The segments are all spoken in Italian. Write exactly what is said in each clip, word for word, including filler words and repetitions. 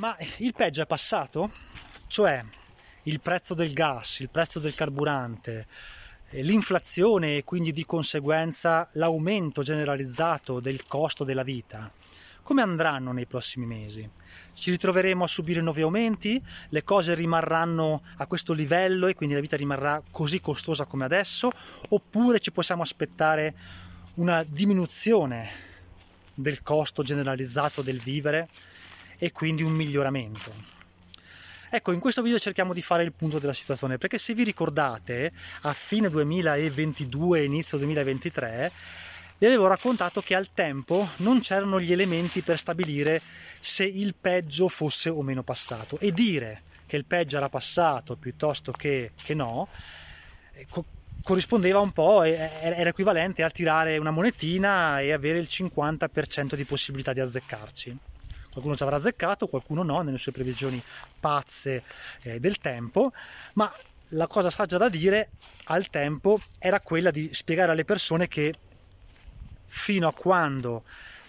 Ma il peggio è passato? Cioè il prezzo del gas, il prezzo del carburante, l'inflazione e quindi di conseguenza l'aumento generalizzato del costo della vita, come andranno nei prossimi mesi? Ci ritroveremo a subire nuovi aumenti? Le cose rimarranno a questo livello e quindi la vita rimarrà così costosa come adesso? Oppure ci possiamo aspettare una diminuzione del costo generalizzato del vivere e quindi un miglioramento? Ecco, in questo video cerchiamo di fare il punto della situazione, perché se vi ricordate, a fine duemilaventidue, inizio duemilaventitré, vi avevo raccontato che al tempo non c'erano gli elementi per stabilire se il peggio fosse o meno passato, e dire che il peggio era passato piuttosto che, che no, co- corrispondeva un po', era equivalente a tirare una monetina e avere il cinquanta per cento di possibilità di azzeccarci. Qualcuno ci avrà azzeccato, qualcuno no, nelle sue previsioni pazze eh, del tempo, ma la cosa saggia da dire al tempo era quella di spiegare alle persone che fino a quando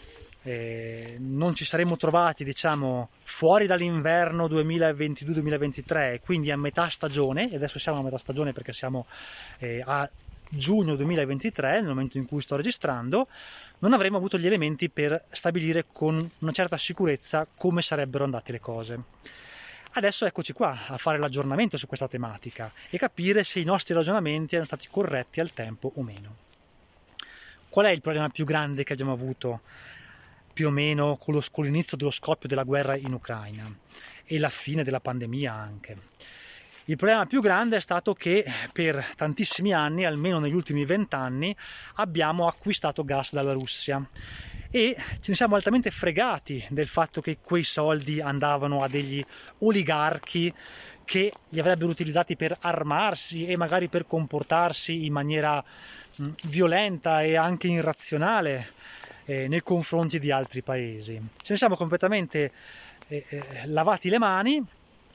eh, non ci saremmo trovati, diciamo, fuori dall'inverno duemilaventidue duemilaventitré, quindi a metà stagione, e adesso siamo a metà stagione perché siamo eh, a giugno duemilaventitré, nel momento in cui sto registrando, non avremmo avuto gli elementi per stabilire con una certa sicurezza come sarebbero andate le cose. Adesso eccoci qua a fare l'aggiornamento su questa tematica e capire se i nostri ragionamenti erano stati corretti al tempo o meno. Qual è il problema più grande che abbiamo avuto più o meno con, lo, con l'inizio dello scoppio della guerra in Ucraina e la fine della pandemia anche? Il problema più grande è stato che per tantissimi anni, almeno negli ultimi vent'anni, abbiamo acquistato gas dalla Russia e ce ne siamo altamente fregati del fatto che quei soldi andavano a degli oligarchi che li avrebbero utilizzati per armarsi e magari per comportarsi in maniera mh, violenta e anche irrazionale eh, nei confronti di altri paesi. Ce ne siamo completamente eh, eh, lavati le mani,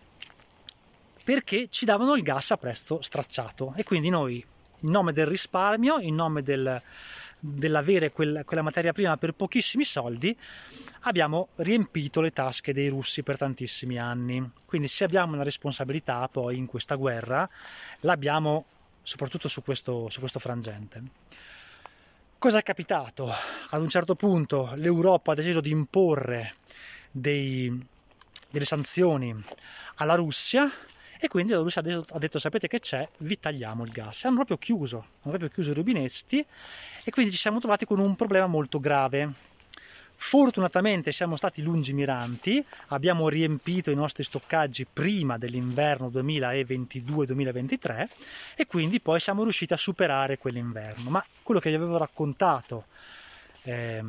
perché ci davano il gas a prezzo stracciato e quindi noi, in nome del risparmio, in nome del, dell'avere quel, quella materia prima per pochissimi soldi, abbiamo riempito le tasche dei russi per tantissimi anni. Quindi se abbiamo una responsabilità poi in questa guerra, l'abbiamo soprattutto su questo, su questo frangente. Cosa è capitato? Ad un certo punto l'Europa ha deciso di imporre dei, delle sanzioni alla Russia, e quindi la Russia ha detto: sapete che c'è, vi tagliamo il gas. Hanno proprio chiuso, hanno proprio chiuso i rubinetti e quindi ci siamo trovati con un problema molto grave. Fortunatamente siamo stati lungimiranti, abbiamo riempito i nostri stoccaggi prima dell'inverno duemilaventidue duemilaventitré e quindi poi siamo riusciti a superare quell'inverno. Ma quello che vi avevo raccontato eh,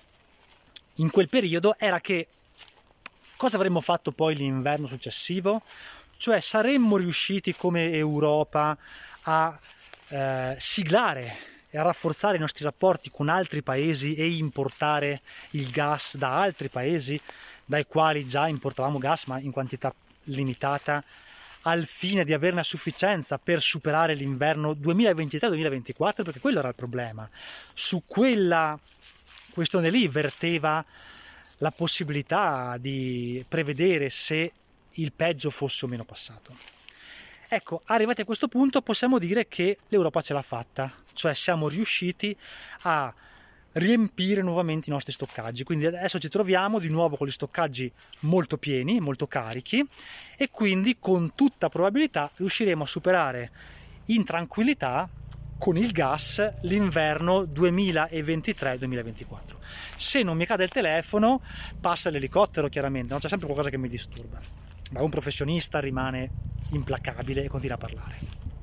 in quel periodo era che cosa avremmo fatto poi l'inverno successivo? Cioè saremmo riusciti come Europa a eh, siglare e a rafforzare i nostri rapporti con altri paesi e importare il gas da altri paesi dai quali già importavamo gas ma in quantità limitata, al fine di averne a sufficienza per superare l'inverno duemilaventitré duemilaventiquattro, perché quello era il problema. Su quella questione lì verteva la possibilità di prevedere se il peggio fosse o meno passato. Ecco, arrivati a questo punto possiamo dire che l'Europa ce l'ha fatta, cioè siamo riusciti a riempire nuovamente i nostri stoccaggi, quindi adesso ci troviamo di nuovo con gli stoccaggi molto pieni, molto carichi, e quindi con tutta probabilità riusciremo a superare in tranquillità con il gas l'inverno duemilaventitré duemilaventiquattro. Se non mi cade il telefono passa l'elicottero, chiaramente, non c'è sempre qualcosa che mi disturba, ma un professionista rimane implacabile e continua a parlare.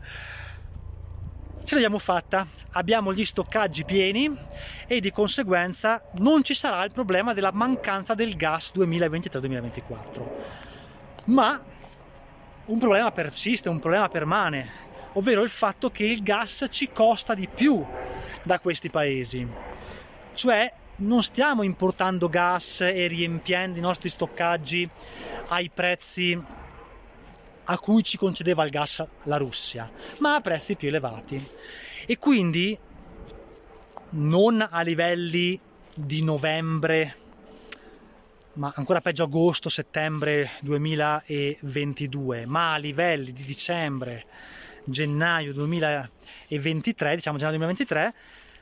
Ce l'abbiamo fatta, abbiamo gli stoccaggi pieni e di conseguenza non ci sarà il problema della mancanza del gas duemilaventitré duemilaventiquattro, ma un problema persiste, un problema permane, ovvero il fatto che il gas ci costa di più da questi paesi. Cioè non stiamo importando gas e riempiendo i nostri stoccaggi ai prezzi a cui ci concedeva il gas la Russia, ma a prezzi più elevati, e quindi non a livelli di novembre ma ancora peggio agosto, settembre duemilaventidue, ma a livelli di dicembre, gennaio duemilaventitré, diciamo gennaio duemilaventitré,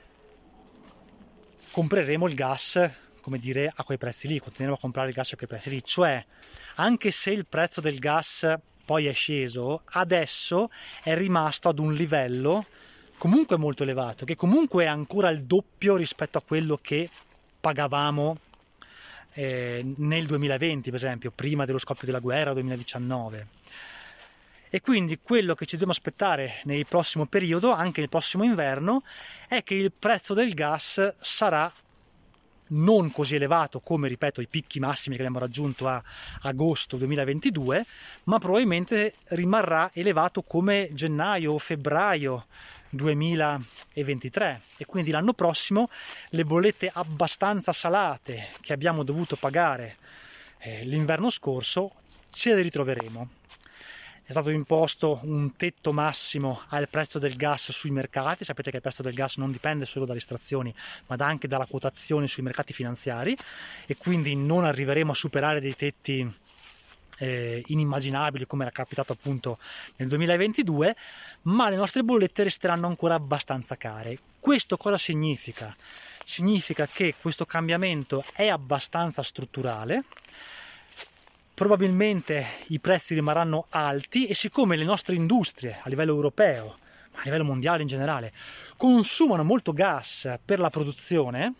compreremo il gas, come dire, a quei prezzi lì, continueremo a comprare il gas a quei prezzi lì, cioè anche se il prezzo del gas poi è sceso, adesso è rimasto ad un livello comunque molto elevato, che comunque è ancora il doppio rispetto a quello che pagavamo eh, nel duemilaventi, per esempio, prima dello scoppio della guerra, duemiladiciannove. E quindi quello che ci dobbiamo aspettare nel prossimo periodo, anche nel prossimo inverno, è che il prezzo del gas sarà non così elevato come, ripeto, i picchi massimi che abbiamo raggiunto a agosto duemilaventidue, ma probabilmente rimarrà elevato come gennaio o febbraio duemilaventitré, e quindi l'anno prossimo le bollette abbastanza salate che abbiamo dovuto pagare eh, l'inverno scorso ce le ritroveremo. È stato imposto un tetto massimo al prezzo del gas sui mercati. Sapete che il prezzo del gas non dipende solo dalle estrazioni, ma anche dalla quotazione sui mercati finanziari, e quindi non arriveremo a superare dei tetti eh, inimmaginabili come era capitato appunto nel duemilaventidue, ma le nostre bollette resteranno ancora abbastanza care. Questo cosa significa? Significa che questo cambiamento è abbastanza strutturale. Probabilmente i prezzi rimarranno alti, e siccome le nostre industrie a livello europeo, ma a livello mondiale in generale, consumano molto gas per la produzione,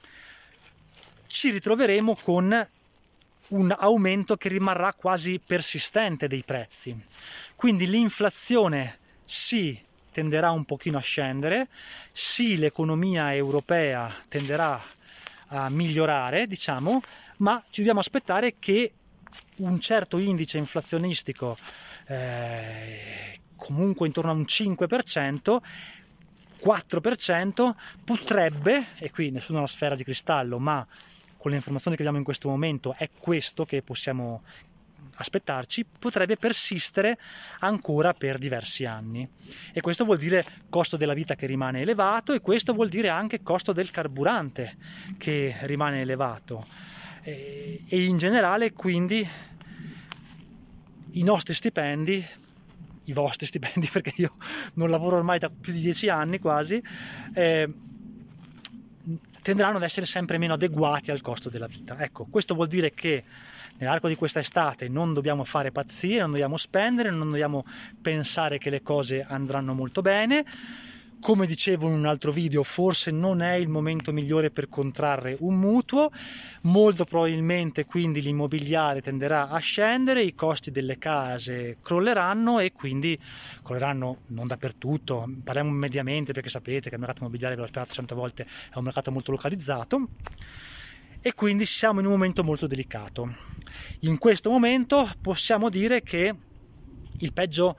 ci ritroveremo con un aumento che rimarrà quasi persistente dei prezzi. Quindi l'inflazione sì tenderà un pochino a scendere, sì l'economia europea tenderà a migliorare, diciamo, ma ci dobbiamo aspettare che un certo indice inflazionistico eh, comunque intorno a un cinque per cento, quattro per cento potrebbe, e qui nessuno ha la sfera di cristallo, ma con le informazioni che abbiamo in questo momento è questo che possiamo aspettarci, potrebbe persistere ancora per diversi anni. E questo vuol dire costo della vita che rimane elevato, e questo vuol dire anche costo del carburante che rimane elevato. E in generale quindi i nostri stipendi, i vostri stipendi, perché io non lavoro ormai da più di dieci anni quasi, eh, tenderanno ad essere sempre meno adeguati al costo della vita. Ecco, questo vuol dire che nell'arco di questa estate non dobbiamo fare pazzie, non dobbiamo spendere, non dobbiamo pensare che le cose andranno molto bene. Come dicevo in un altro video, forse non è il momento migliore per contrarre un mutuo, molto probabilmente quindi l'immobiliare tenderà a scendere, i costi delle case crolleranno, e quindi crolleranno non dappertutto, parliamo mediamente, perché sapete che il mercato immobiliare, ve l'ho spiegato cento volte, è un mercato molto localizzato, e quindi siamo in un momento molto delicato. In questo momento possiamo dire che il peggio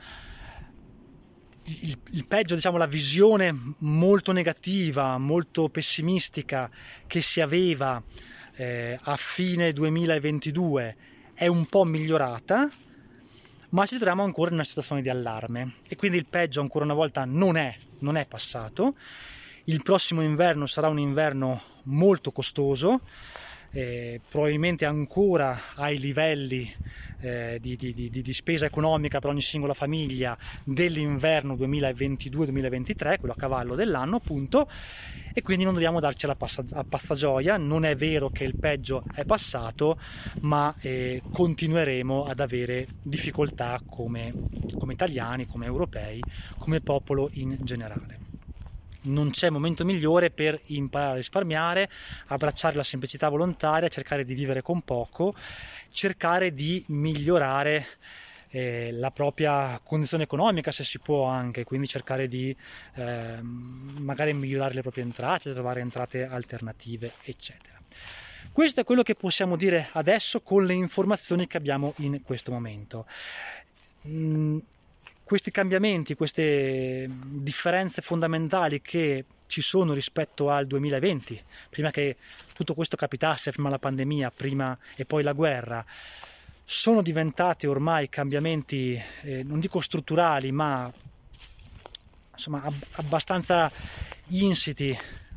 Il, il peggio, diciamo, la visione molto negativa, molto pessimistica che si aveva eh, a fine duemilaventidue è un po' migliorata, ma ci troviamo ancora in una situazione di allarme, e quindi il peggio ancora una volta non è, non è passato. Il prossimo inverno sarà un inverno molto costoso, eh, probabilmente ancora ai livelli eh, di, di, di, di spesa economica per ogni singola famiglia dell'inverno duemilaventidue duemilaventitré, quello a cavallo dell'anno appunto, e quindi non dobbiamo darcela a passagioia. Non è vero che il peggio è passato, ma eh, continueremo ad avere difficoltà come, come italiani, come europei, come popolo in generale. Non c'è momento migliore per imparare a risparmiare, abbracciare la semplicità volontaria, cercare di vivere con poco, cercare di migliorare eh, la propria condizione economica se si può, anche, quindi cercare di eh, magari migliorare le proprie entrate, trovare entrate alternative, eccetera. Questo è quello che possiamo dire adesso con le informazioni che abbiamo in questo momento. Mm, Questi cambiamenti, queste differenze fondamentali che ci sono rispetto al duemilaventi, prima che tutto questo capitasse, prima la pandemia, prima e poi la guerra, sono diventati ormai cambiamenti, eh, non dico strutturali, ma insomma ab- abbastanza insiti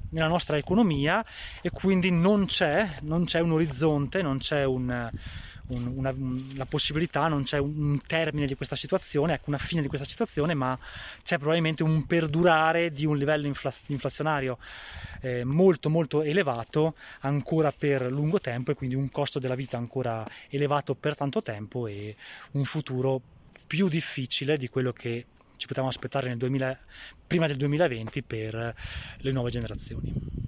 nella nostra economia, e quindi non c'è, non c'è un orizzonte, non c'è un, un, una, la possibilità, non c'è un termine di questa situazione, ecco, una fine di questa situazione, ma c'è probabilmente un perdurare di un livello infla- inflazionario eh, molto molto elevato ancora per lungo tempo, e quindi un costo della vita ancora elevato per tanto tempo, e un futuro più difficile di quello che ci potevamo aspettare nel duemila, prima del duemilaventi per le nuove generazioni.